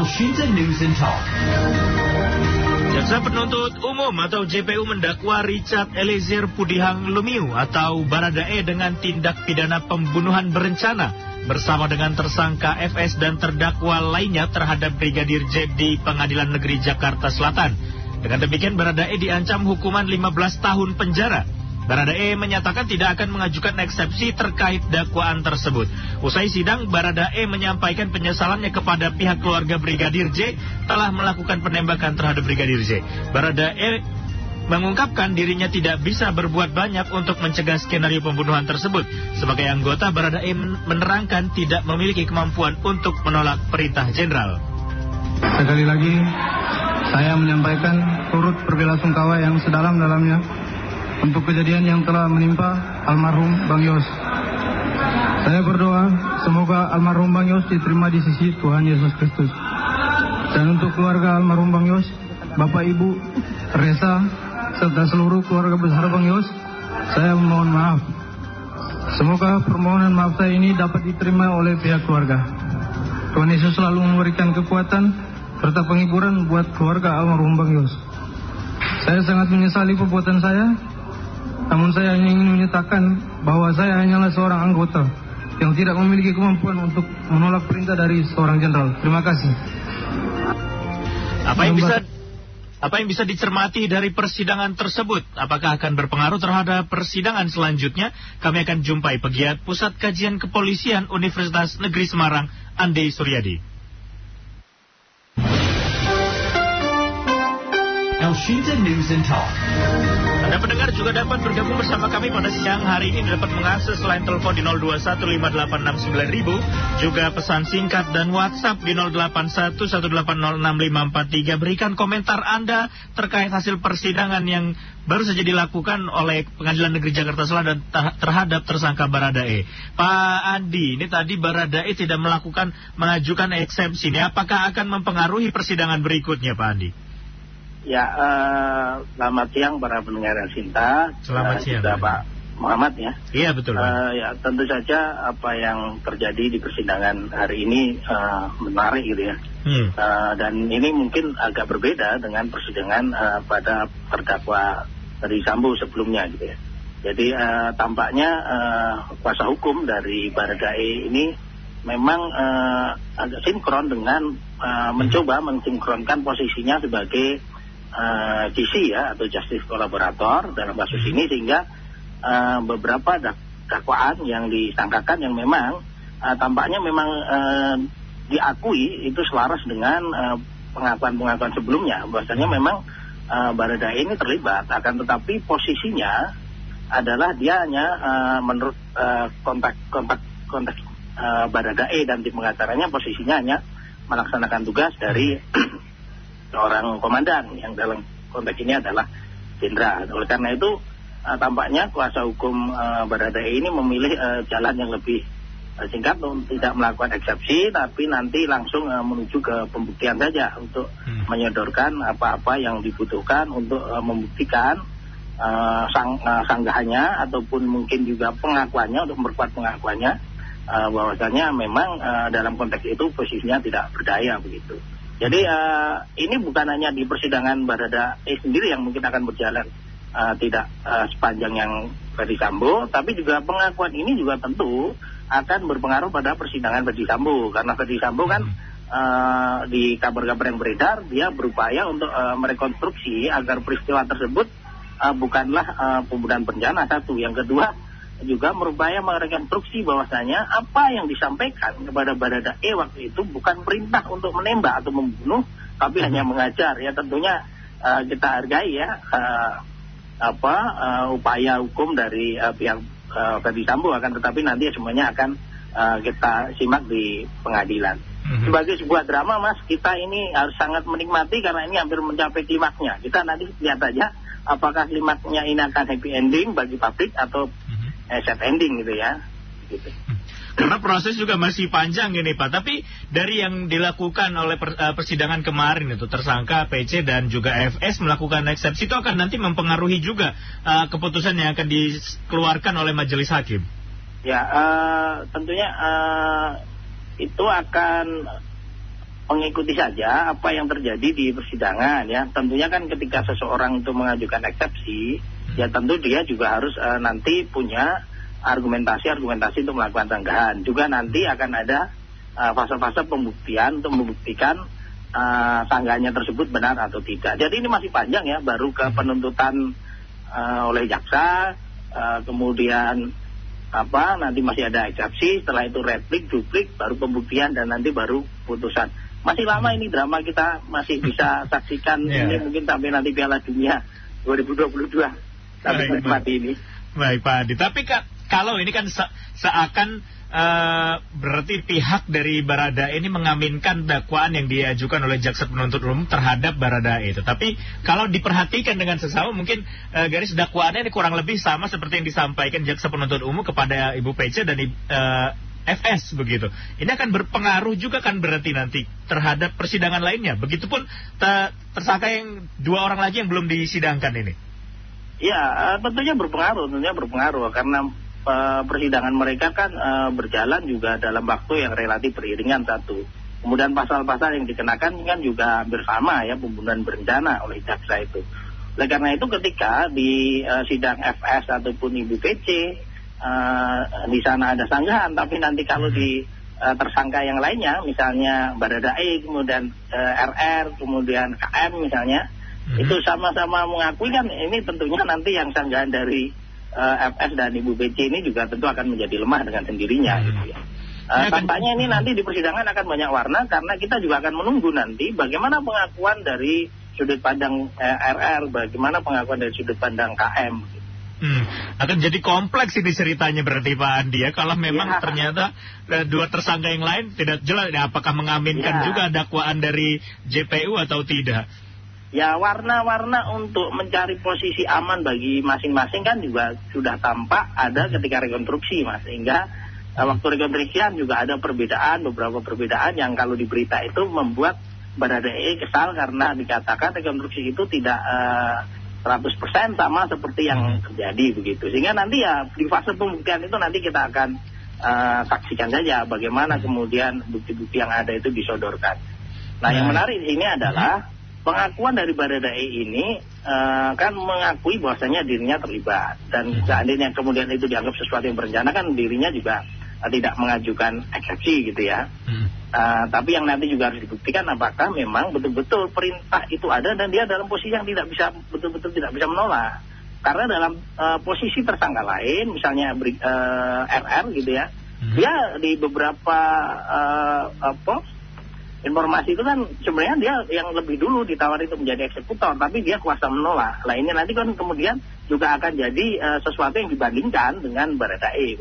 Elshinta News and Talk. Jaksa penuntut umum atau JPU mendakwa Richard Eliezer Pudihang Lumiu atau Baradae dengan tindak pidana pembunuhan berencana bersama dengan tersangka FS dan terdakwa lainnya terhadap Brigadir J di Pengadilan Negeri Jakarta Selatan. Dengan demikian Baradae diancam hukuman 15 tahun penjara. Baradae menyatakan tidak akan mengajukan eksepsi terkait dakwaan tersebut. Usai sidang, Baradae menyampaikan penyesalannya kepada pihak keluarga Brigadir J telah melakukan penembakan terhadap Brigadir J. Baradae mengungkapkan dirinya tidak bisa berbuat banyak untuk mencegah skenario pembunuhan tersebut. Sebagai anggota, Baradae menerangkan tidak memiliki kemampuan untuk menolak perintah jenderal. Sekali lagi, saya menyampaikan turut berbelasungkawa yang sedalam-dalamnya untuk kejadian yang telah menimpa almarhum Bang Yos. Saya berdoa semoga almarhum Bang Yos diterima di sisi Tuhan Yesus Kristus. Dan untuk keluarga almarhum Bang Yos, Bapak Ibu, Resa, serta seluruh keluarga besar Bang Yos, saya mohon maaf. Semoga permohonan maaf saya ini dapat diterima oleh pihak keluarga. Tuhan Yesus selalu memberikan kekuatan serta penghiburan buat keluarga almarhum Bang Yos. Saya sangat menyesali perbuatan saya. Namun saya hanya ingin menyatakan bahwa saya hanyalah seorang anggota yang tidak memiliki kemampuan untuk menolak perintah dari seorang jenderal. Terima kasih. Apa yang bisa dicermati dari persidangan tersebut? Apakah akan berpengaruh terhadap persidangan selanjutnya? Kami akan jumpai pegiat Pusat Kajian Kepolisian Universitas Negeri Semarang, Andi Suryadi. Elshinta News and Talk. Anda pendengar juga dapat bergabung bersama kami pada siang hari ini. Dapat mengakses line telepon di 0215869000, juga pesan singkat dan WhatsApp di 0811806543. Berikan komentar Anda terkait hasil persidangan yang baru saja dilakukan oleh Pengadilan Negeri Jakarta Selatan terhadap tersangka Baradae. Pak Andi, ini tadi Baradae tidak mengajukan eksepsi. Ini apakah akan mempengaruhi persidangan berikutnya, Pak Andi? Ya, selamat siang para pendengar Elshinta. Selamat siang, Pak Muhammad ya. Iya betul. Ya, tentu saja apa yang terjadi di persidangan hari ini menarik gitu ya. Dan ini mungkin agak berbeda dengan persidangan pada terdakwa Ferdy Sambo sebelumnya gitu ya. Jadi tampaknya kuasa hukum dari Baradae ini memang agak sinkron dengan mencoba mensinkronkan posisinya sebagai JC ya, atau Justice Collaborator dalam kasus ini, sehingga beberapa dakwaan yang disangkakan yang memang tampaknya memang diakui itu selaras dengan pengakuan-pengakuan sebelumnya bahwasanya memang Baradae ini terlibat, akan tetapi posisinya adalah dia hanya menurut kontak Baradae dan tim pengacaranya posisinya hanya melaksanakan tugas dari seorang komandan yang dalam konteks ini adalah jenderal. Oleh karena itu tampaknya kuasa hukum Baradae ini memilih jalan yang lebih singkat untuk tidak melakukan eksepsi, tapi nanti langsung menuju ke pembuktian saja untuk menyodorkan apa-apa yang dibutuhkan untuk membuktikan sanggahannya ataupun mungkin juga pengakuannya, untuk memperkuat pengakuannya bahwasanya memang dalam konteks itu posisinya tidak berdaya begitu. Jadi ini bukan hanya di persidangan Baradae sendiri yang mungkin akan berjalan tidak sepanjang yang Ferdy Sambo, tapi juga pengakuan ini juga tentu akan berpengaruh pada persidangan Ferdy Sambo, karena Ferdy Sambo kan di kabar-kabar yang beredar dia berupaya untuk merekonstruksi agar peristiwa tersebut bukanlah pembunuhan berencana, satu. Yang kedua juga berupaya merekonstruksi bahwasanya apa yang disampaikan kepada Baradae waktu itu bukan perintah untuk menembak atau membunuh, tapi hanya mengajar. Ya tentunya kita hargai ya upaya hukum dari pihak Ferdy Sambo, akan tetapi nanti semuanya akan kita simak di pengadilan. Sebagai sebuah drama, Mas, kita ini harus sangat menikmati karena ini hampir mencapai klimaksnya. Kita nanti lihat aja apakah klimaksnya ini akan happy ending bagi publik atau sad ending gitu ya. Gitu. Karena proses juga masih panjang ini Pak. Tapi dari yang dilakukan oleh persidangan kemarin itu, tersangka PC dan juga FS melakukan eksepsi, itu akan nanti mempengaruhi juga keputusan yang akan dikeluarkan oleh majelis hakim. Ya tentunya itu akan mengikuti saja apa yang terjadi di persidangan ya. Tentunya kan ketika seseorang itu mengajukan eksepsi, ya tentu dia juga harus nanti punya argumentasi untuk melakukan sanggahan. Juga nanti akan ada fase-fase pembuktian untuk membuktikan sanggahannya tersebut benar atau tidak. Jadi ini masih panjang ya, baru ke penuntutan oleh jaksa, kemudian nanti masih ada eksepsi, setelah itu replik, duplik, baru pembuktian, dan nanti baru putusan. Masih lama ini drama kita masih bisa saksikan ini mungkin sampai nanti Piala Dunia 2022 sampai menikmati ini. Baik Pak Andi, tapi kalau ini kan seakan berarti pihak dari Baradae ini mengaminkan dakwaan yang diajukan oleh jaksa penuntut umum terhadap Baradae itu. Tapi kalau diperhatikan dengan seksama, mungkin garis dakwaannya ini kurang lebih sama seperti yang disampaikan jaksa penuntut umum kepada Ibu PC dan FS begitu. Ini akan berpengaruh juga kan berarti nanti terhadap persidangan lainnya. Begitupun tersangka yang 2 orang lagi yang belum disidangkan ini. Ya, tentunya berpengaruh karena persidangan mereka kan berjalan juga dalam waktu yang relatif beriringan satu. Kemudian pasal-pasal yang dikenakan kan juga bersama ya, pembunuhan berencana oleh jaksa itu. Oleh karena itu ketika di sidang FS ataupun Ibu PC di sana ada sanggahan, tapi nanti kalau di tersangka yang lainnya, misalnya Baradae, kemudian RR, kemudian KM misalnya, itu sama-sama mengakui kan, ini tentunya nanti yang sanggahan dari FS dan Ibu PC ini juga tentu akan menjadi lemah dengan sendirinya. Gitu ya. Tampaknya ini nanti di persidangan akan banyak warna, karena kita juga akan menunggu nanti bagaimana pengakuan dari sudut pandang RR, bagaimana pengakuan dari sudut pandang KM. Akan jadi kompleks ini ceritanya berarti Pak Andi ya, kalau memang ternyata 2 tersangka yang lain tidak jelas ya, apakah mengaminkan juga dakwaan dari JPU atau tidak. Ya, warna-warna untuk mencari posisi aman bagi masing-masing kan juga sudah tampak ada ketika rekonstruksi Mas, sehingga waktu rekonstruksian juga ada beberapa perbedaan yang kalau di berita itu membuat Baradae kesal karena dikatakan rekonstruksi itu tidak 100% sama seperti yang terjadi begitu. Sehingga nanti ya di fase pembuktian itu nanti kita akan saksikan saja bagaimana kemudian bukti-bukti yang ada itu disodorkan. Nah, yang menarik di sini adalah pengakuan dari Baradae ini kan mengakui bahwasanya dirinya terlibat, dan seandainya kemudian itu dianggap sesuatu yang berencana kan dirinya juga tidak mengajukan eksepsi gitu ya. Tapi yang nanti juga harus dibuktikan apakah memang betul-betul perintah itu ada dan dia dalam posisi yang betul-betul tidak bisa menolak. Karena dalam posisi tersangka lain, misalnya RR gitu ya, dia di beberapa informasi itu kan sebenarnya dia yang lebih dulu ditawari untuk menjadi eksekutor, tapi dia kuasa menolak. Nah ini nanti kan kemudian juga akan jadi sesuatu yang dibandingkan dengan Baradae.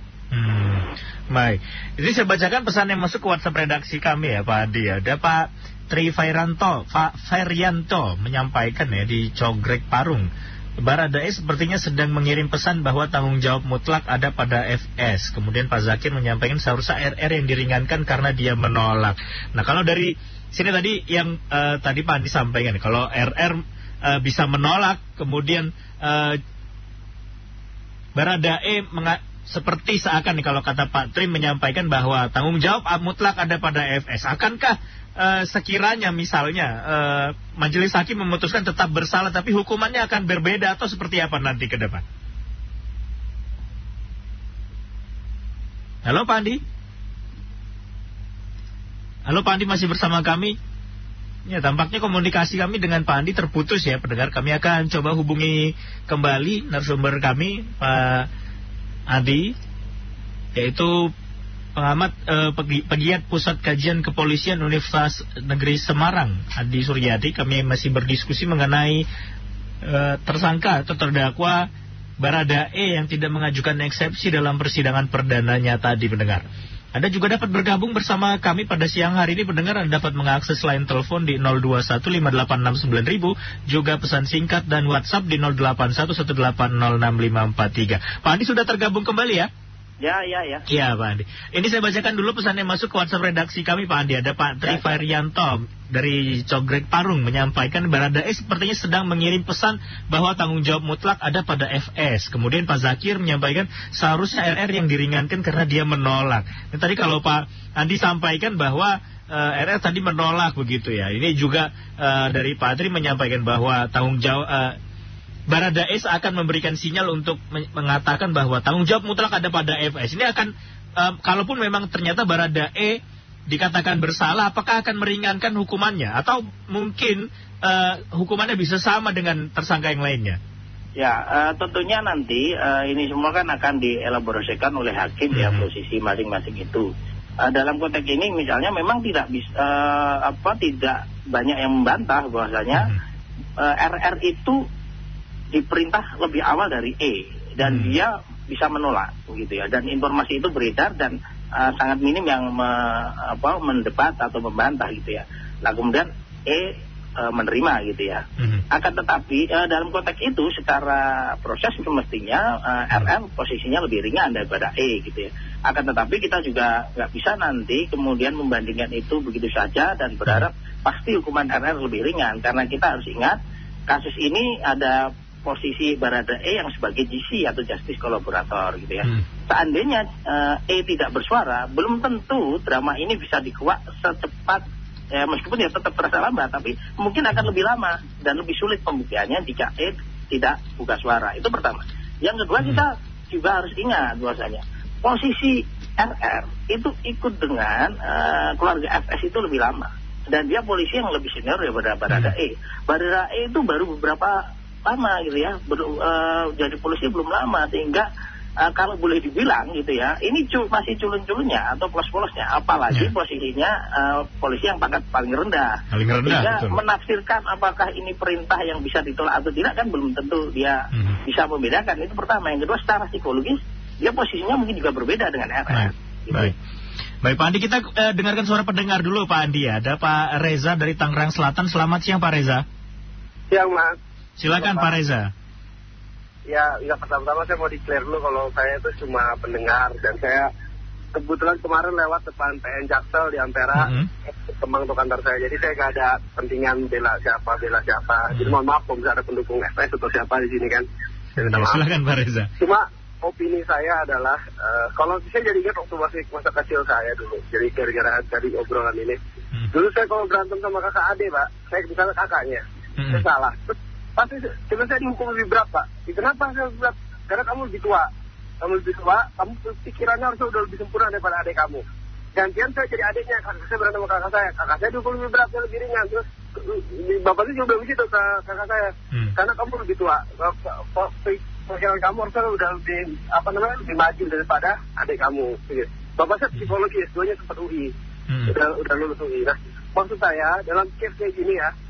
Baik, ini saya bacakan pesan yang masuk ke WhatsApp redaksi kami ya Pak Adi. Ada Pak Tri Ferianto menyampaikan ya di Cogrek Parung, Baradae sepertinya sedang mengirim pesan bahwa tanggung jawab mutlak ada pada FS. Kemudian Pak Zakir menyampaikan seharusnya RR yang diringankan karena dia menolak. Nah kalau dari sini tadi yang tadi Pak Adi sampaikan, kalau RR bisa menolak, kemudian Baradae seperti seakan nih kalau kata Pak Tri menyampaikan bahwa tanggung jawab mutlak ada pada FS. Akankah sekiranya misalnya majelis hakim memutuskan tetap bersalah tapi hukumannya akan berbeda atau seperti apa nanti ke depan? Halo Pak Andi? Halo Pak Andi, masih bersama kami? Ya, tampaknya komunikasi kami dengan Pak Andi terputus ya pendengar. Kami akan coba hubungi kembali narasumber kami Pak Adi, yaitu pengamat pegiat Pusat Kajian Kepolisian Universitas Negeri Semarang, Adi Suryadi. Kami masih berdiskusi mengenai tersangka atau terdakwa Baradae yang tidak mengajukan eksepsi dalam persidangan perdananya tadi pendengar. Anda juga dapat bergabung bersama kami pada siang hari ini pendengar. Anda dapat mengakses line telepon di 0215869000, juga pesan singkat dan WhatsApp di 0811806543. Pak Andi sudah tergabung kembali ya? Ya. Iya Pak Andi. Ini saya bacakan dulu pesan yang masuk ke WhatsApp redaksi kami Pak Andi. Ada Pak Tri Ferianto dari Cogrek Parung menyampaikan Baradae sepertinya sedang mengirim pesan bahwa tanggung jawab mutlak ada pada FS. Kemudian Pak Zakir menyampaikan seharusnya RR yang diringankan karena dia menolak. Dan tadi kalau Pak Andi sampaikan bahwa RR tadi menolak begitu ya. Ini juga dari Pak Adri menyampaikan bahwa tanggung jawab Baradae akan memberikan sinyal untuk mengatakan bahwa tanggung jawab mutlak ada pada FS. Ini akan, kalaupun memang ternyata Baradae dikatakan bersalah, apakah akan meringankan hukumannya? Atau mungkin hukumannya bisa sama dengan tersangka yang lainnya? Ya, tentunya nanti ini semua kan akan dielaborasikan oleh hakim ya, posisi masing-masing itu. Dalam konteks ini misalnya memang tidak bisa, tidak banyak yang membantah bahwasanya RR itu diperintah lebih awal dari E dan dia bisa menolak gitu ya, dan informasi itu beredar dan sangat minim yang mendebat atau membantah gitu ya. Nah kemudian E menerima gitu ya. Akan tetapi dalam konteks itu secara proses semestinya RR posisinya lebih ringan daripada E gitu ya. Akan tetapi kita juga nggak bisa nanti kemudian membandingkan itu begitu saja dan berharap pasti hukuman RR lebih ringan, karena kita harus ingat kasus ini ada posisi Baradae yang sebagai GC atau Justice Collaborator gitu ya. Seandainya E tidak bersuara, belum tentu drama ini bisa dikuak secepat, meskipun ya tetap terasa lambat, tapi mungkin akan lebih lama dan lebih sulit pembuktiannya jika E tidak buka suara. Itu pertama. Yang kedua, kita juga harus ingat bahwasanya posisi RR itu ikut dengan keluarga FS itu lebih lama, dan dia polisi yang lebih senior daripada Baradae. Baradae itu baru beberapa lama gitu ya, jadi polisi belum lama, sehingga kalau boleh dibilang gitu ya, ini masih culun-culunnya atau polos-polosnya, apalagi posisinya polisi yang pangkat paling rendah. Sehingga menafsirkan apakah ini perintah yang bisa ditolak atau tidak kan belum tentu dia bisa membedakan. Itu pertama. Yang kedua, secara psikologis dia posisinya mungkin juga berbeda dengan RR. Gitu. Baik Pak Andi, kita dengarkan suara pendengar dulu Pak Andi ya. Ada Pak Reza dari Tangerang Selatan. Selamat siang Pak Reza. Siang Mas. Silakan Pak Reza. Ya, pertama-tama saya mau declare dulu kalau saya itu cuma pendengar, dan saya kebetulan kemarin lewat depan PN Jaksel di Ampera, Kemang untuk kantor saya, jadi saya nggak ada pentingan bela siapa. Jadi mohon maaf kalau misalnya ada pendukung FS atau siapa di sini kan. Silakan Pak Reza. Cuma opini saya adalah, kalau saya jadi ingat waktu masih masa kecil saya dulu, jadi gara-gara dari obrolan ini, dulu saya kalau berantem sama kakak adik Pak, saya misalnya kakaknya, saya salah. Pasti cuma saya dihukum lebih berat Pak. Kenapa saya lebih berat? Karena kamu lebih tua. Kamu pikirannya harusnya udah lebih sempurna daripada adik kamu. Gantian saya jadi adiknya, kakak saya berantem sama kakak saya. Kakak saya dihukum lebih berat, lebih ringan. Terus bapaknya juga bilang begitu ke kakak saya. Karena kamu lebih tua. Pikiran kamu harusnya udah lebih lebih maju daripada adik kamu. Bapak saya psikologi, S2-nya sempat UI. Udah lulus UI. Nah, maksud saya dalam case kayak gini ya,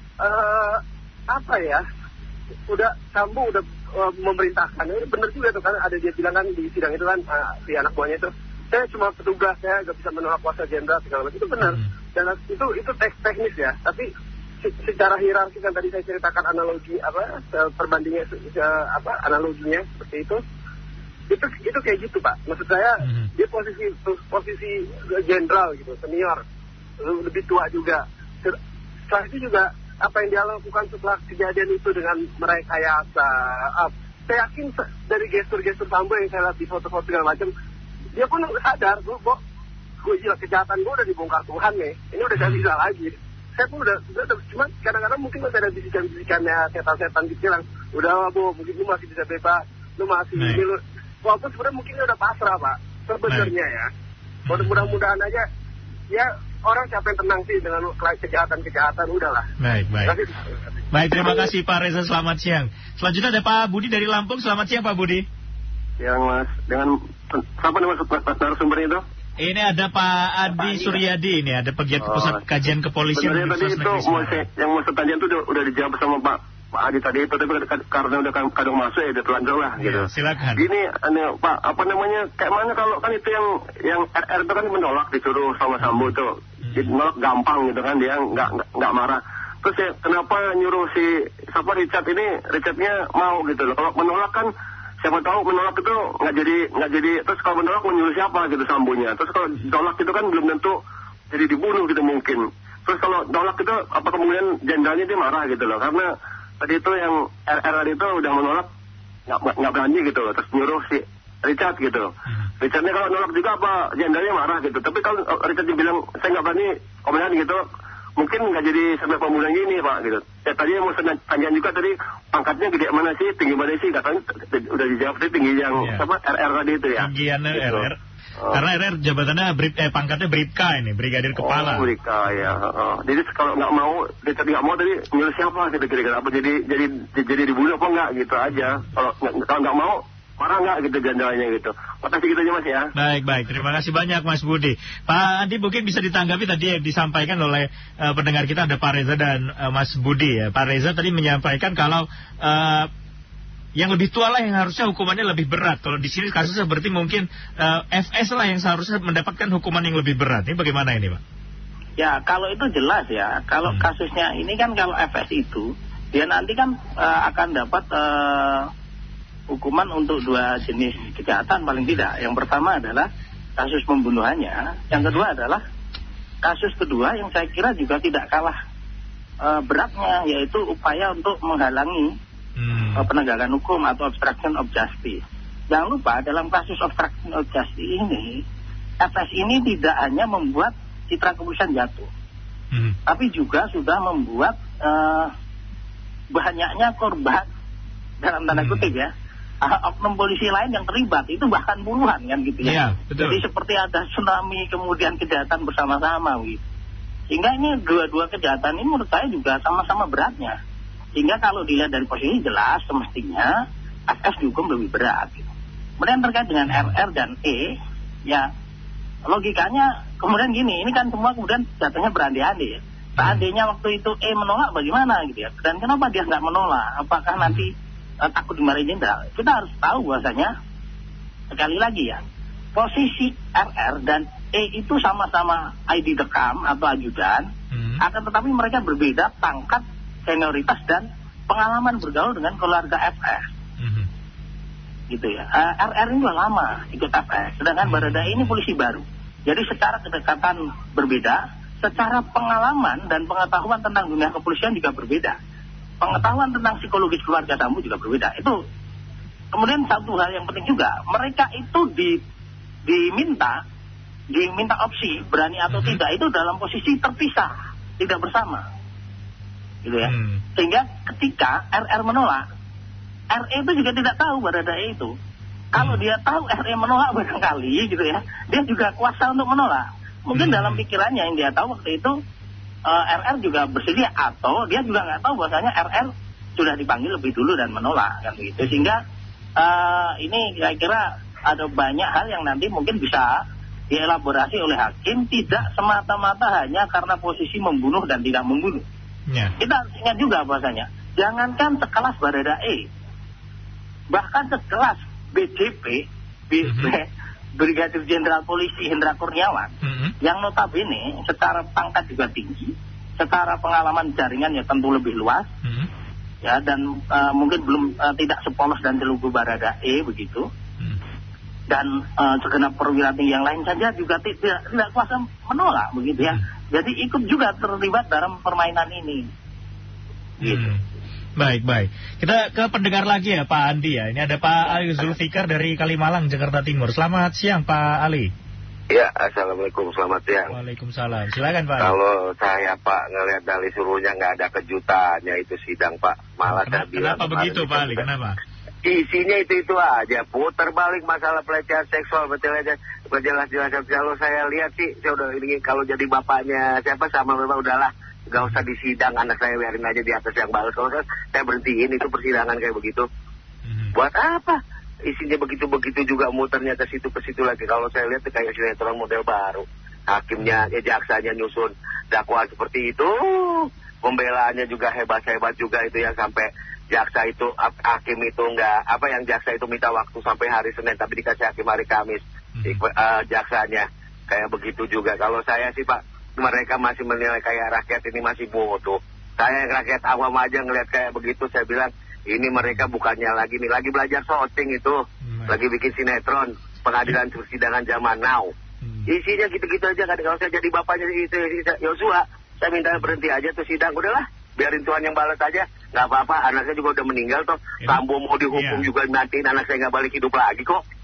udah Sambo udah memerintahkan, ini benar juga tuh, karena ada dia bilang kan di sidang itu kan, si anak buahnya itu, saya cuma petugas, saya nggak bisa menolak kuasa jenderal segala macam, itu benar, dan itu teknis ya, tapi secara hierarki kan tadi saya ceritakan analogi perbandingan analoginya seperti itu kayak gitu Pak, maksud saya dia posisi jenderal gitu, senior, lebih tua juga, setelah itu juga apa yang dia lakukan setelah kejadian itu dengan merekayasa, saya yakin dari gestur-gestur Sambo yang saya lihat di foto-foto segala macam, dia pun sadar, kejahatan gue udah dibongkar Tuhan nih, ini udah gak bisa lagi. Saya pun udah cuma kadang-kadang mungkin masih ada bisikan-bisikannya setan-setan kecil yang udah mungkin lu masih bisa bebas, lu masih ini, walaupun sebenarnya mungkin udah pasrah Pak, sebenarnya ya. Mudah-mudahan aja ya. Orang siapa yang tenang sih dengan kejahatan udahlah. Baik, terima kasih Pak Reza, selamat siang. Selanjutnya ada Pak Budi dari Lampung. Selamat siang Pak Budi. Siang Mas, dengan siapa nama narasumber itu? Ini ada Pak Adi Suryadi, ini ada pegiat Pusat Kajian Kepolisian Universitas Negeri Semarang. Yang mau tanya itu udah dijawab sama Pak Adi tadi itu, tapi karena udah kadang masuk ya udah telanjang lah gitu. Silakan. Gini Pak, kayak mana kalau kan itu yang RR itu kan menolak, disuruh sama Sambo tuh. Menolak gampang gitu kan, dia nggak marah. Terus ya kenapa nyuruh Richardnya mau gitu loh. Kalau menolak kan siapa tahu menolak itu nggak jadi terus kalau menolak mau nyuruh siapa gitu Sambonya. Terus kalau nolak itu kan belum tentu jadi dibunuh gitu mungkin. Terus kalau nolak itu apa kemudian jenderalnya dia marah gitu loh, karena tadi itu yang RR itu udah menolak nggak berani gitu loh, terus nyuruh si Richard gitu. Richardnya kalau nolak juga apa jenderalnya marah gitu. Tapi kalau Richard bilang saya nggak berani komandan gitu, mungkin nggak jadi sampai pembunuhan gini Pak gitu. Ya tadi mau tanya juga tadi pangkatnya gede mana sih, tinggi mana sih, katanya udah dijawab tadi tinggi yang RR tadi itu ya. Tinggian gitu. RR. Karena RR jabatannya pangkatnya Bribka ini, Brigadir Kepala. Oh, Bribka ya. Jadi kalau nggak mau, Richard nggak mau tadi nyuruh siapa gitu kira-kira apa jadi dibunuh apa nggak gitu aja. Kalau nggak mau marah nggak gitu jenderalnya gitu. Makasih gitu aja Mas ya. Baik. Terima kasih banyak Mas Budi. Pak Andi mungkin bisa ditanggapi tadi yang disampaikan oleh pendengar kita, ada Pak Reza dan Mas Budi ya. Pak Reza tadi menyampaikan kalau yang lebih tua lah yang harusnya hukumannya lebih berat. Kalau di sini kasusnya berarti mungkin FS lah yang seharusnya mendapatkan hukuman yang lebih berat. Ini bagaimana ini Pak? Ya kalau itu jelas ya. Kalau kasusnya ini kan kalau FS itu dia nanti kan akan dapat hukuman untuk 2 jenis kejahatan paling tidak. Yang pertama adalah kasus pembunuhannya. Yang kedua adalah kasus kedua yang saya kira juga tidak kalah beratnya, yaitu upaya untuk menghalangi penegakan hukum atau obstruction of justice. Jangan lupa dalam kasus obstruction of justice ini, FS ini tidak hanya membuat citra kepolisian jatuh, tapi juga sudah membuat banyaknya korban dalam tanda kutip ya, oknum polisi lain yang terlibat, itu bahkan puluhan kan gitu ya. Iya, betul. Jadi seperti ada tsunami kemudian kejahatan bersama-sama gitu. Sehingga ini dua-dua kejahatan ini menurut saya juga sama-sama beratnya. Sehingga kalau dilihat dari posisi jelas semestinya FS dihukum lebih berat gitu. Kemudian terkait dengan RR dan E, ya logikanya kemudian gini, ini kan semua kemudian jatuhnya berandai-andai ya. Seandainya waktu itu E menolak bagaimana gitu ya. Dan kenapa dia nggak menolak? Apakah nanti takut dimarahin jenderal? Kita harus tahu bahwasanya sekali lagi ya, posisi RR dan E itu sama-sama ID dekam atau ajudan, akan tetapi mereka berbeda pangkat, senioritas dan pengalaman bergaul dengan keluarga FS. Gitu ya. RR ini sudah lama ikut FS, sedangkan Baradae ini polisi baru. Jadi secara kedekatan berbeda, secara pengalaman dan pengetahuan tentang dunia kepolisian juga berbeda. Pengetahuan tentang psikologis keluarga Sambo juga berbeda. Itu kemudian satu hal yang penting juga, mereka itu diminta opsi berani atau tidak itu dalam posisi terpisah, tidak bersama. Gitu ya. Sehingga ketika RR menolak, RE itu juga tidak tahu Baradae itu. Kalau dia tahu RE menolak barangkali gitu ya, dia juga kuasa untuk menolak. Mungkin dalam pikirannya yang dia tahu waktu itu RR juga bersedia, atau dia juga nggak tahu bahwasanya RR sudah dipanggil lebih dulu dan menolak kan begitu. Sehingga ini saya kira ada banyak hal yang nanti mungkin bisa dielaborasi oleh hakim, tidak semata-mata hanya karena posisi membunuh dan tidak membunuh. Kita harus ingat juga bahwasanya jangankan sekelas Baradae, bahkan sekelas BJP, Brigadir Jenderal Polisi Hendra Kurniawan, yang notabene secara pangkat juga tinggi, secara pengalaman jaringannya tentu lebih luas, ya, dan mungkin belum tidak sepolos dan selugu Baradae begitu, dan segenap perwira tinggi yang lain saja juga tidak kuasa menolak begitu ya. Jadi ikut juga terlibat dalam permainan ini. Gitu. Baik. Kita ke pendengar lagi ya Pak Andi ya. Ini ada Pak Ali Zulfikar dari Kalimalang, Jakarta Timur. Selamat siang Pak Ali. Ya, assalamualaikum, selamat siang. Waalaikumsalam. Silakan Pak. Kalau saya Pak ngelihat dari suruhnya nggak ada kejutannya itu sidang Pak. Malah saya bilang. Kenapa begitu Pak Ali? Kenapa? Isinya itu aja, putar balik masalah pelecehan seksual, berjelas-jelas. Kalau saya lihat sih, saya udah ini kalau jadi bapaknya siapa sama memang udahlah, nggak usah disidang, anak saya biarin aja di atas yang balas. Kalau saya berhentiin itu persidangan kayak begitu. Buat apa? Isinya begitu-begitu juga muternya ke situ lagi. Kalau saya lihat kayak sinetron model baru. Hakimnya, jaksanya nyusun dakwaan seperti itu, pembelaannya juga hebat-hebat juga itu yang sampai jaksa itu, hakim itu yang jaksa itu minta waktu sampai hari Senin tapi dikasih hakim hari Kamis. Jaksanya kayak begitu juga. Kalau saya sih Pak, mereka masih menilai kayak rakyat ini masih bodoh. Saya rakyat awam aja ngelihat kayak begitu, saya bilang ini mereka bukannya lagi belajar shooting itu, lagi bikin sinetron pengadilan persidangan zaman now. Isinya gitu-gitu aja. Kalau saya jadi bapaknya itu Yosua, saya minta berhenti aja tuh sidang, udahlah biarin Tuhan yang balas aja, nggak apa-apa, anaknya juga udah meninggal toh. Sambo mau dihukum juga nanti anak saya nggak balik hidup lagi kok.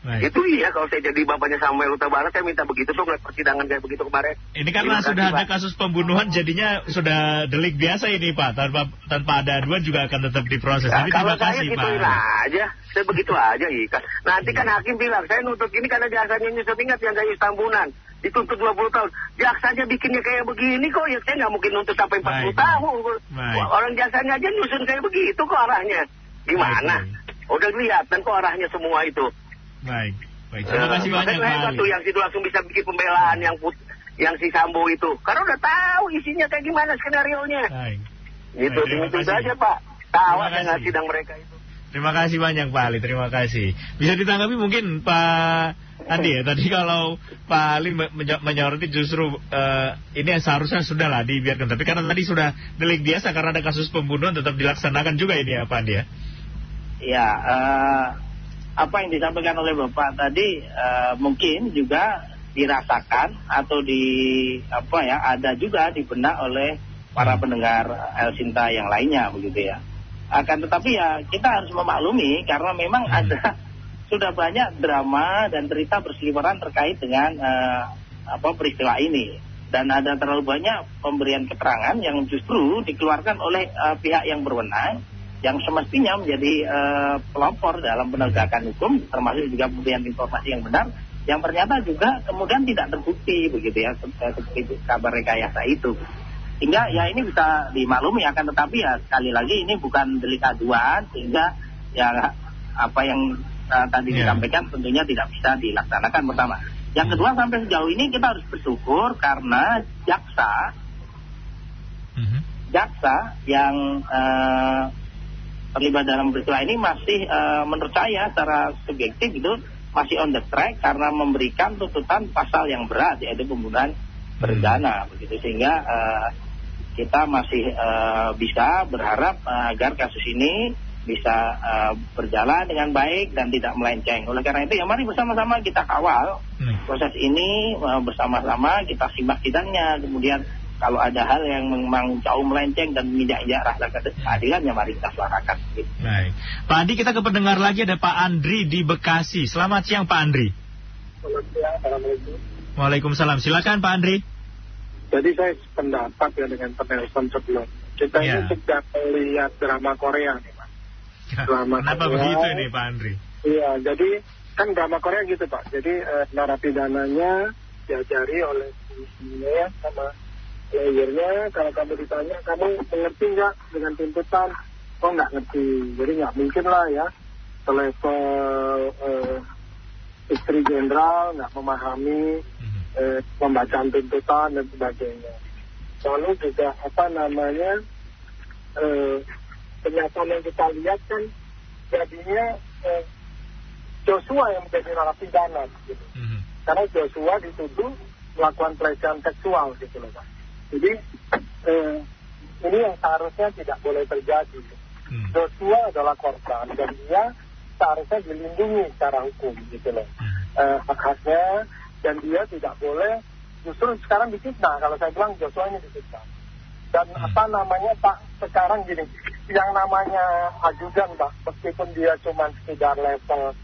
Itu iya, kalau saya jadi bapaknya Samuel Huta Barat, saya minta begitu tuh ngeliat persidangan kayak begitu kemarin. Ini karena sudah ada kasus pembunuhan, jadinya sudah delik biasa ini Pak, tanpa ada aduan juga akan tetap diproses. Nah, tapi kalau terima saya kasih gituin Pak. aja, saya begitu aja ikan. Nanti kan hakim bilang, saya nuntut ini karena jasanya nyusun, ingat yang kayak Tambunan, dituntut 20 tahun. Jaksanya bikinnya kayak begini kok, ya saya nggak mungkin nuntut sampai 40 tahun. Orang jasanya aja nyusun kayak begitu kok arahnya. Gimana? Udah kelihatan kok arahnya semua itu. Baik. Terima kasih banyak Pak Ali. Tuh yang situ langsung bisa bikin pembelaan yang si Sambo itu. Karena udah tahu isinya kayak gimana skenarionya. Gitu, itu saja Pak. Tahu dengan sidang mereka itu. Terima kasih banyak Pak Ali, terima kasih. Bisa ditanggapi mungkin Pak Andi ya, tadi kalau Pak Ali menyoroti justru ini seharusnya sudah lah dibiarkan. Tapi karena tadi sudah delik biasa karena ada kasus pembunuhan tetap dilaksanakan juga ini ya Pak Andi ya. Ya, apa yang disampaikan oleh Bapak tadi mungkin juga dirasakan atau ada juga di benak oleh para pendengar El Sinta yang lainnya begitu ya. Akan tetapi ya kita harus memaklumi karena memang sudah banyak drama dan cerita berseliweran terkait dengan peristiwa ini, dan ada terlalu banyak pemberian keterangan yang justru dikeluarkan oleh pihak yang berwenang, yang semestinya menjadi pelopor dalam penegakan hukum, termasuk juga pemberian informasi yang benar, yang ternyata juga kemudian tidak terbukti begitu ya, seperti kabar rekayasa itu. Sehingga ya ini bisa dimaklumi, akan tetapi ya sekali lagi ini bukan delik aduan, sehingga ya apa yang tadi disampaikan tentunya tidak bisa dilaksanakan pertama. Yang kedua, sampai sejauh ini kita harus bersyukur karena jaksa yang terlibat dalam peristiwa ini masih menurut saya secara subjektif itu masih on the track karena memberikan tuntutan pasal yang berat, yaitu pembunuhan berencana begitu, sehingga kita masih bisa berharap agar kasus ini bisa berjalan dengan baik dan tidak melenceng. Oleh karena itu ya mari bersama-sama kita kawal proses ini, bersama-sama kita simak sidangnya, kemudian kalau ada hal yang memang jauh melenceng dan menginjak-injak rasa keadilan, ya mari kita suarakan. Baik. Pak Andi, kita ke pendengar lagi, ada Pak Andri di Bekasi. Selamat siang Pak Andri. Selamat siang, Assalamualaikum. Waalaikumsalam. Silakan Pak Andri. Jadi saya pendapat ya dengan penelpon sebelum. Kita ini sudah melihat drama Korea nih Pak. Kenapa begitu ini Pak Andri? Iya, jadi kan drama Korea gitu Pak. Jadi narapidananya diajari oleh polisinya sama lawyernya. Kalau kamu ditanya, kamu mengerti nggak dengan tuntutan? Oh nggak ngerti. Jadi nggak mungkin lah ya selevel istri jenderal nggak memahami pembacaan tuntutan dan sebagainya. Lalu juga kenyataan yang kita lihat kan jadinya Joshua yang menjadi narapidana gitu. Karena Joshua dituduh melakukan pelecehan seksual gitu loh Pak. Jadi ini yang seharusnya tidak boleh terjadi. Joshua adalah korban dan dia seharusnya dilindungi secara hukum gitu loh. Hak-haknya, dan dia tidak boleh justru sekarang difitnah. Kalau saya bilang Joshua ini difitnah. Dan Pak, sekarang gini, yang namanya ajudan Pak, meskipun dia cuma sekedar level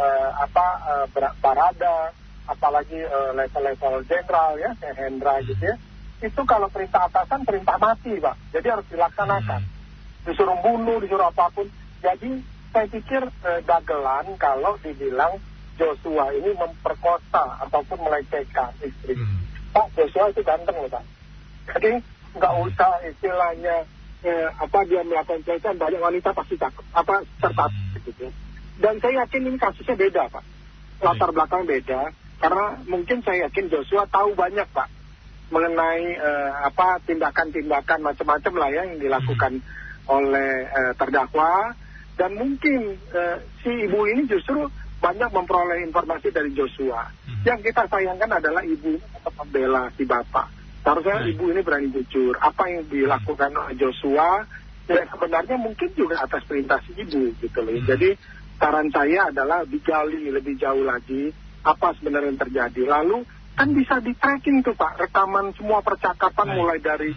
barada, apalagi level-level jenderal ya, kayak Hendra gitu ya, itu kalau perintah atasan perintah mati Pak, jadi harus dilaksanakan. Disuruh bunuh, disuruh apapun. Jadi saya pikir dagelan kalau dibilang Joshua ini memperkosa ataupun melecehkan istri. Pak, Joshua itu ganteng loh Pak. Jadi nggak usah istilahnya dia melakukan pelecehan, banyak wanita pasti cakep, tertarik gitu. Dan saya yakin ini kasusnya beda Pak. Latar belakang beda, karena mungkin saya yakin Joshua tahu banyak Pak mengenai tindakan-tindakan macam-macam lah ya yang dilakukan oleh terdakwa, dan mungkin si ibu ini justru banyak memperoleh informasi dari Joshua. Yang kita sayangkan adalah ibu tetap membela si bapak. Seharusnya ibu ini berani jujur. Apa yang dilakukan oleh Joshua ya sebenarnya mungkin juga atas perintah si ibu gitu loh. Jadi saran saya adalah digali lebih jauh lagi apa sebenarnya yang terjadi. Lalu kan bisa di-tracking tuh Pak, rekaman semua percakapan mulai dari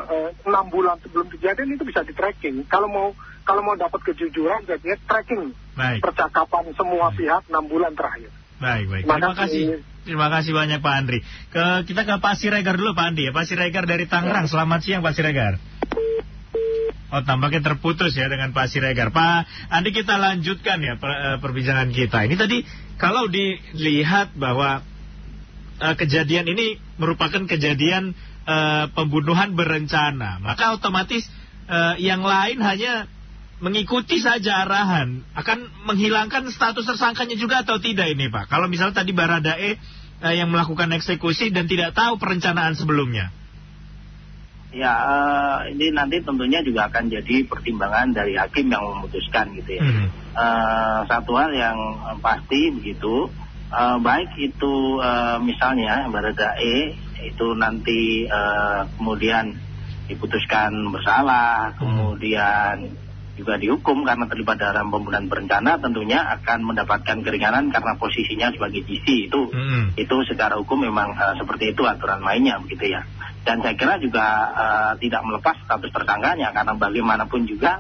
6 bulan sebelum kejadian itu bisa di-tracking. Kalau mau dapat kejujuran, jadinya tracking percakapan semua pihak 6 bulan terakhir. Baik. Terima kasih banyak Pak Andri. Kita ke Pak Siregar dulu Pak Andi ya. Pak Siregar dari Tangerang. Selamat siang Pak Siregar. Oh, tampaknya terputus ya dengan Pak Siregar. Pak Andi, kita lanjutkan ya perbincangan kita. Ini tadi kalau dilihat bahwa kejadian ini merupakan kejadian pembunuhan berencana, maka otomatis yang lain hanya mengikuti saja arahan. Akan menghilangkan status tersangkanya juga atau tidak ini Pak? Kalau misalnya tadi Baradae yang melakukan eksekusi dan tidak tahu perencanaan sebelumnya. Ya, ini nanti tentunya juga akan jadi pertimbangan dari hakim yang memutuskan gitu ya. Satu hal yang pasti begitu, baik itu misalnya Baradae itu nanti kemudian diputuskan bersalah, kemudian juga dihukum karena terlibat dalam pembunuhan berencana, tentunya akan mendapatkan keringanan karena posisinya sebagai GC itu secara hukum memang seperti itu aturan mainnya begitu ya. Dan saya kira juga tidak melepas status tersangkanya karena bagaimanapun juga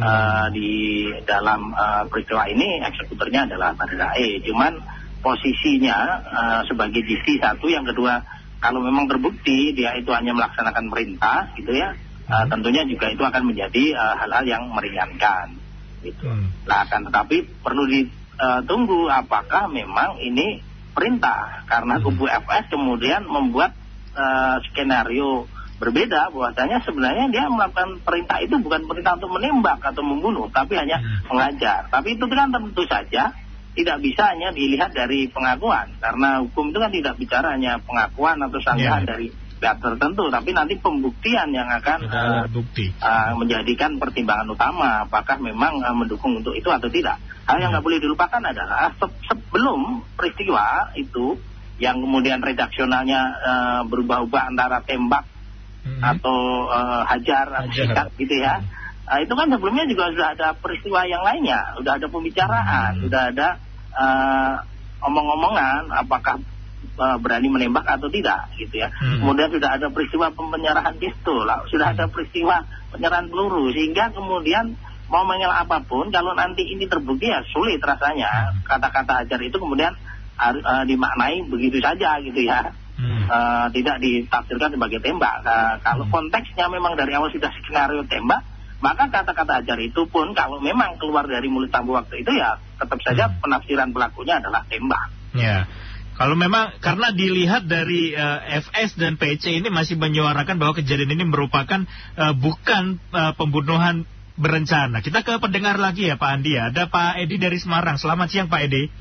di dalam peristiwa ini eksekutornya adalah Baradae. Cuman posisinya sebagai GC satu, yang kedua kalau memang terbukti dia itu hanya melaksanakan perintah gitu ya. Tentunya juga itu akan menjadi hal-hal yang meringankan gitu. Nah, akan tetapi perlu ditunggu apakah memang ini perintah, karena kubu FS kemudian membuat skenario berbeda bahwasanya sebenarnya dia melakukan perintah itu bukan perintah untuk menembak atau membunuh, tapi hanya mengajar. Tapi itu kan tentu saja tidak bisa hanya dilihat dari pengakuan, karena hukum itu kan tidak bicara hanya pengakuan atau sanggahan dari pihak tertentu, tapi nanti pembuktian yang akan menjadikan pertimbangan utama apakah memang mendukung untuk itu atau tidak. Hal yang nggak boleh dilupakan adalah sebelum peristiwa itu yang kemudian redaksionalnya berubah-ubah antara tembak atau hajar atau sikat gitu ya. Itu kan sebelumnya juga sudah ada peristiwa yang lainnya, sudah ada pembicaraan, sudah ada omong-omongan apakah berani menembak atau tidak gitu ya. Kemudian sudah ada peristiwa penyerahan pistol, sudah ada peristiwa penyerahan peluru, sehingga kemudian mau mengelak apapun kalau nanti ini terbukti ya sulit rasanya kata-kata hajar itu kemudian dimaknai begitu saja gitu ya. Tidak ditafsirkan sebagai tembak. Kalau konteksnya memang dari awal sudah skenario tembak, maka kata-kata hajar itu pun kalau memang keluar dari mulut Sambo waktu itu ya tetap saja penafsiran pelakunya adalah tembak. Ya. Kalau memang karena dilihat dari FS dan PC ini masih menyuarakan bahwa kejadian ini merupakan bukan pembunuhan berencana. Kita ke pendengar lagi ya Pak Andi ya. Ada Pak Edi dari Semarang. Selamat siang Pak Edi.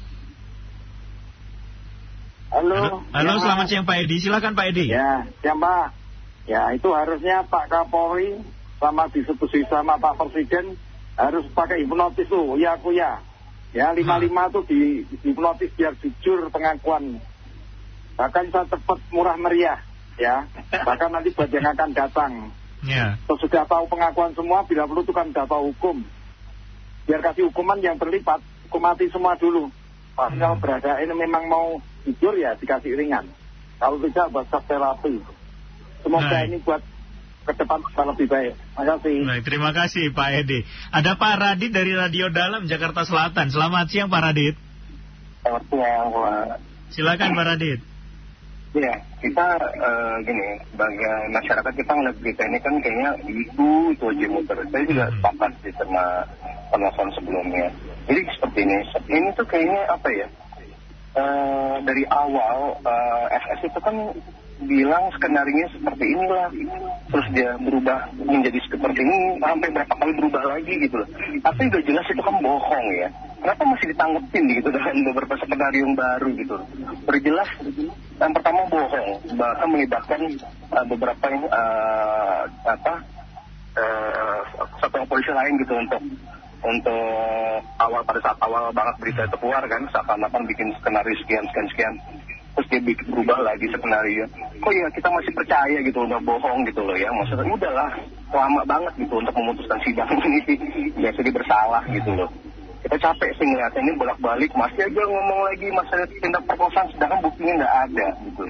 Halo, selamat siang Pak Edi. Silakan Pak Edi. Ya, siang Pak. Ya, itu harusnya Pak Kapolri sama diskusi sama Pak Presiden harus pakai hipnotis tuh, ya aku ya. Ya, 55 tuh di hipnotis biar jujur pengakuan. Bahkan bisa cepat murah meriah, ya. Bahkan nanti buat yang akan datang. Ya. Terus sudah tahu pengakuan semua, bila perlu itu kan sudah tahu hukum. Biar kasih hukuman yang terlibat, hukum mati semua dulu. Pas kalau berada ini memang mau jujur ya dikasih ringan. Kalau tidak buat terapi. Semoga ini buat ke depan lebih baik. Terima kasih. Baik, terima kasih Pak Edi. Ada Pak Radit dari Radio Dalam Jakarta Selatan. Selamat siang Pak Radit. Selamat siang Pak. Silakan Pak Radit. Ya, kita gini, sebagai masyarakat kita ngeliat berita ini kan kayaknya itu aja muter. Saya juga sepakat sih sama penonton sebelumnya. Jadi seperti ini tuh kayaknya apa ya? Dari awal FS itu kan bilang skenario seperti inilah, terus dia berubah menjadi seperti ini, sampai berapa kali berubah lagi gitu loh. Tapi udah jelas itu kan bohong ya. Kenapa masih ditanggepin gitu dengan beberapa skenario yang baru gitu? Udah jelas yang pertama bohong, bahkan melibatkan beberapa satuan polisi lain gitu untuk pada saat awal banget berita itu keluar kan, seakan-akan bikin skenario sekian terus dia berubah lagi skenario. Kok ya kita masih percaya gitu, udah bohong gitu loh ya. Maksudnya udahlah lama banget gitu untuk memutuskan sidang ini ya, jadi bersalah gitu loh. Kita capek sih ngeliatnya ini bolak-balik, masih aja ngomong lagi masalah tindak perkosaan sedangkan buktinya nggak ada gitu.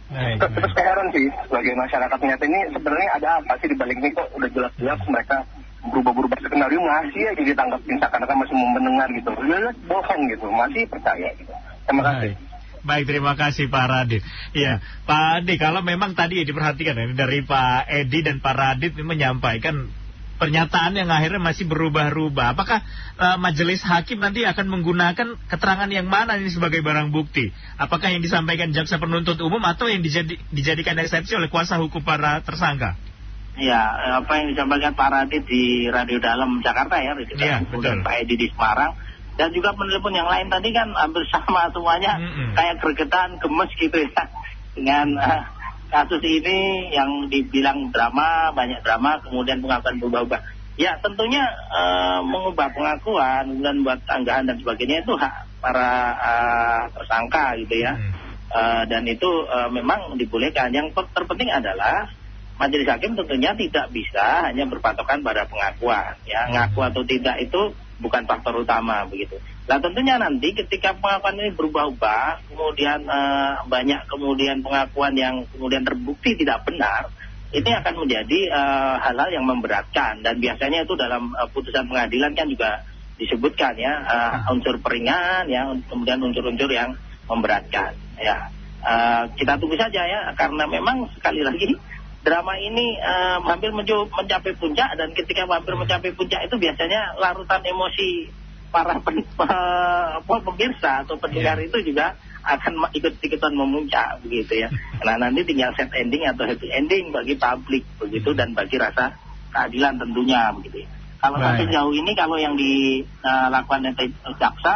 Terus heran sih sebagai masyarakat, ternyata ini sebenarnya ada apa sih di balik ini, kok udah jelas-jelas mereka berubah-berubah skenario masih aja ditanggapin seakan-akan masih mau mendengar gitu. Bohong gitu, masih percaya gitu. Terima kasih. Baik, terima kasih Pak Radit. Iya, Pak Adi, kalau memang tadi diperhatikan ini dari Pak Edi dan Pak Radit ini menyampaikan pernyataan yang akhirnya masih berubah-ubah. Apakah majelis hakim nanti akan menggunakan keterangan yang mana ini sebagai barang bukti? Apakah yang disampaikan jaksa penuntut umum atau yang dijadikan eksepsi oleh kuasa hukum para tersangka? Ya, apa yang disampaikan Pak Radit di Radio Dalam Jakarta ya, kemudian Pak Edi di Semarang, dan juga penelpon yang lain tadi kan hampir sama semuanya, kayak gregetan, gemes gitu ya, dengan kasus ini yang dibilang drama, banyak drama, kemudian pengakuan berubah-ubah. Ya tentunya mengubah pengakuan dan buat tanggahan dan sebagainya itu hak para tersangka gitu ya, dan itu memang dibolehkan. Yang terpenting adalah majelis hakim tentunya tidak bisa hanya berpatokan pada pengakuan, ya, ngaku atau tidak itu bukan faktor utama begitu. Nah tentunya nanti ketika pengakuan ini berubah-ubah, kemudian banyak kemudian pengakuan yang kemudian terbukti tidak benar, ini akan menjadi hal-hal yang memberatkan, dan biasanya itu dalam putusan pengadilan kan juga disebutkan ya, unsur peringan, ya, kemudian unsur-unsur yang memberatkan. Ya, kita tunggu saja ya, karena memang sekali lagi drama ini hampir mencapai puncak, dan ketika hampir mencapai puncak itu biasanya larutan emosi para pemirsa atau pendengar itu juga akan ikut-ikutan memuncak begitu ya. Nah nanti tinggal set ending atau happy ending bagi publik begitu, dan bagi rasa keadilan tentunya begitu ya. Kalau sampai jauh ini, kalau yang dilakukan jaksa,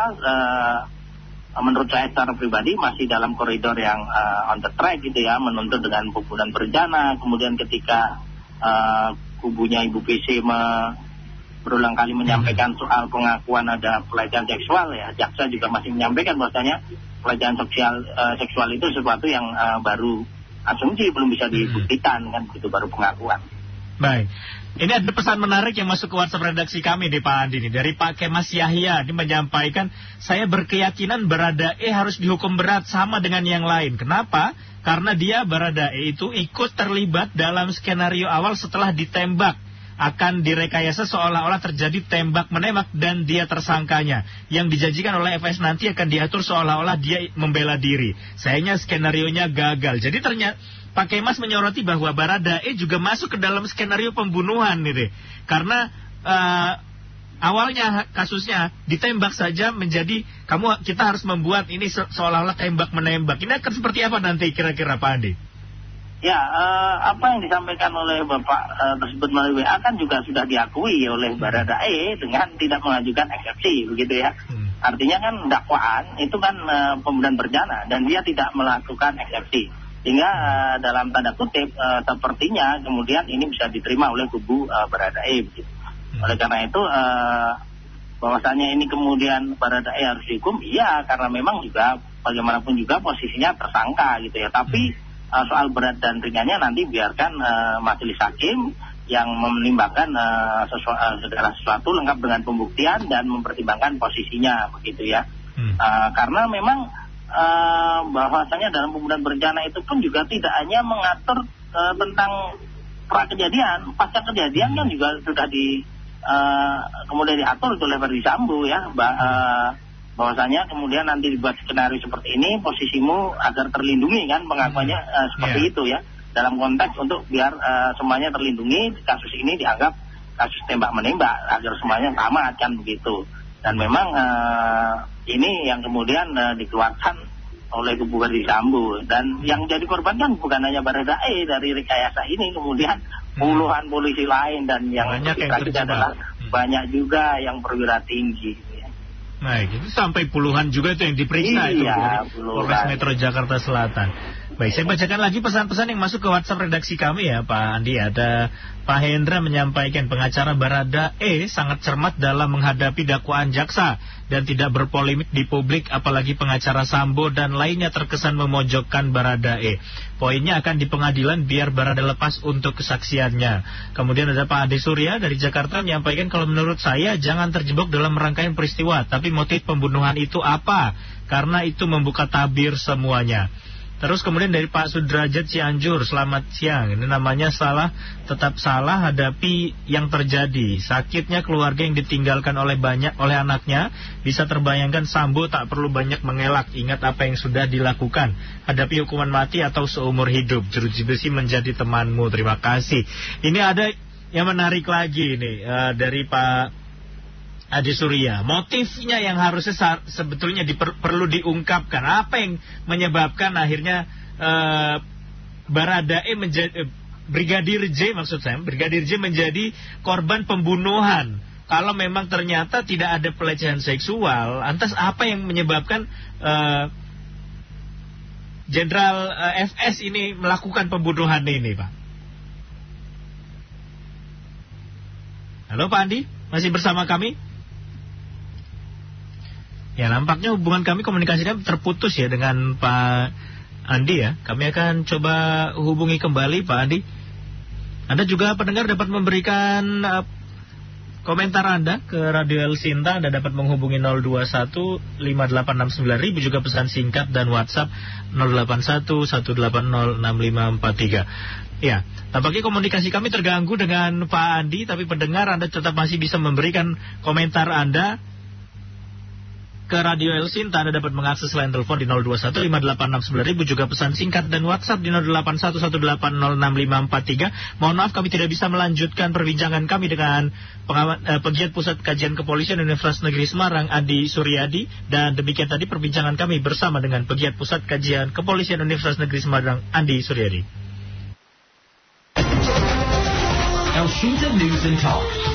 menurut saya secara pribadi masih dalam koridor yang on the track gitu ya, menuntut dengan pembunuhan berencana. Kemudian ketika kubunya Ibu PC berulang kali menyampaikan soal pengakuan ada pelecehan seksual, ya jaksa juga masih menyampaikan bahwasanya pelecehan seksual itu sesuatu yang baru asumsi, belum bisa dibuktikan kan, begitu baru pengakuan. Baik. Ini ada pesan menarik yang masuk ke WhatsApp redaksi kami di Pak Andi, dari Pak Kemas Yahya. Dia menyampaikan, saya berkeyakinan Baradae harus dihukum berat sama dengan yang lain. Kenapa? Karena dia, Baradae itu ikut terlibat dalam skenario awal setelah ditembak. Akan direkayasa seolah-olah terjadi tembak-menembak dan dia tersangkanya. Yang dijanjikan oleh FS nanti akan diatur seolah-olah dia membela diri. Sayangnya skenarionya gagal. Jadi ternyata Pak Kemas menyoroti bahwa Baradae juga masuk ke dalam skenario pembunuhan nih, karena awalnya kasusnya ditembak saja menjadi kita harus membuat ini seolah-olah tembak menembak. Ini akan seperti apa nanti kira-kira Pak Andi? Ya, apa yang disampaikan oleh Bapak tersebut melalui WA kan juga sudah diakui oleh Baradae dengan tidak mengajukan eksepsi begitu ya. Artinya kan dakwaan itu kan pembunuhan berencana dan dia tidak melakukan eksepsi. Sehingga dalam tanda kutip sepertinya kemudian ini bisa diterima oleh kubu Baradae begitu. Oleh karena itu bahwasanya ini kemudian Baradae harus dihukum, iya, karena memang juga bagaimanapun juga posisinya tersangka gitu ya. Tapi soal berat dan ringannya nanti biarkan majelis hakim yang menimbangkan segala sesuatu lengkap dengan pembuktian dan mempertimbangkan posisinya begitu ya. Karena memang bahwasanya dalam pembunuhan berencana itu pun juga tidak hanya mengatur tentang pra kejadian, pasca kejadian kan juga sudah kemudian diatur oleh Verdi Sambo ya, bahwasanya kemudian nanti dibuat skenario seperti ini, posisimu agar terlindungi kan, pengakuannya seperti itu ya, dalam konteks untuk biar semuanya terlindungi, kasus ini dianggap kasus tembak menembak agar semuanya tamat kan begitu. Dan memang ini yang kemudian dikeluarkan oleh kubu Verdi Sambo, dan yang jadi korban kan bukan hanya Baradae dari rekayasa ini, kemudian puluhan polisi lain, dan yang terjadi adalah banyak juga yang perwira tinggi. Baik, itu sampai puluhan juga itu yang diperiksa itu Polres Metro Jakarta Selatan. Baik, saya bacakan lagi pesan-pesan yang masuk ke WhatsApp redaksi kami ya Pak Andi. Ada Pak Hendra menyampaikan pengacara Baradae sangat cermat dalam menghadapi dakwaan jaksa dan tidak berpolemik di publik, apalagi pengacara Sambo dan lainnya terkesan memojokkan Baradae. Poinnya akan di pengadilan biar Baradae lepas untuk kesaksiannya. Kemudian ada Pak Ade Surya dari Jakarta menyampaikan, kalau menurut saya jangan terjebak dalam rangkaian peristiwa, tapi motif pembunuhan itu apa? Karena itu membuka tabir semuanya. Terus kemudian dari Pak Sudrajat Cianjur, selamat siang. Ini namanya salah, tetap salah hadapi yang terjadi. Sakitnya keluarga yang ditinggalkan oleh anaknya. Bisa terbayangkan Sambo tak perlu banyak mengelak. Ingat apa yang sudah dilakukan. Hadapi hukuman mati atau seumur hidup. Jeruji besi menjadi temanmu. Terima kasih. Ini ada yang menarik lagi ini dari Pak Adi Surya. Motifnya yang harusnya sebetulnya perlu diungkapkan. Apa yang menyebabkan akhirnya Baradae menjadi Brigadir J menjadi korban pembunuhan. Kalau memang ternyata tidak ada pelecehan seksual, lantas apa yang menyebabkan Jenderal FS ini melakukan pembunuhan ini, Pak? Halo Pak Andi, masih bersama kami? Ya, nampaknya hubungan kami, komunikasi kami terputus ya dengan Pak Andi ya. Kami akan coba hubungi kembali Pak Andi. Anda juga pendengar dapat memberikan komentar Anda ke Radio El Sinta. Anda dapat menghubungi 021-5869-1000, juga pesan singkat dan WhatsApp 081-180-6543. Ya, tampaknya komunikasi kami terganggu dengan Pak Andi, tapi pendengar Anda tetap masih bisa memberikan komentar Anda ke Radio El Sinta. Anda dapat mengakses line telepon di 021-5869-1000, juga pesan singkat dan WhatsApp di 081-180-6543. Mohon maaf kami tidak bisa melanjutkan perbincangan kami dengan Pegiat Pusat Kajian Kepolisian Universitas Negeri Semarang, Adi Suryadi. Dan demikian tadi perbincangan kami bersama dengan Pegiat Pusat Kajian Kepolisian Universitas Negeri Semarang, Adi Suryadi. El Shinta News and Talk.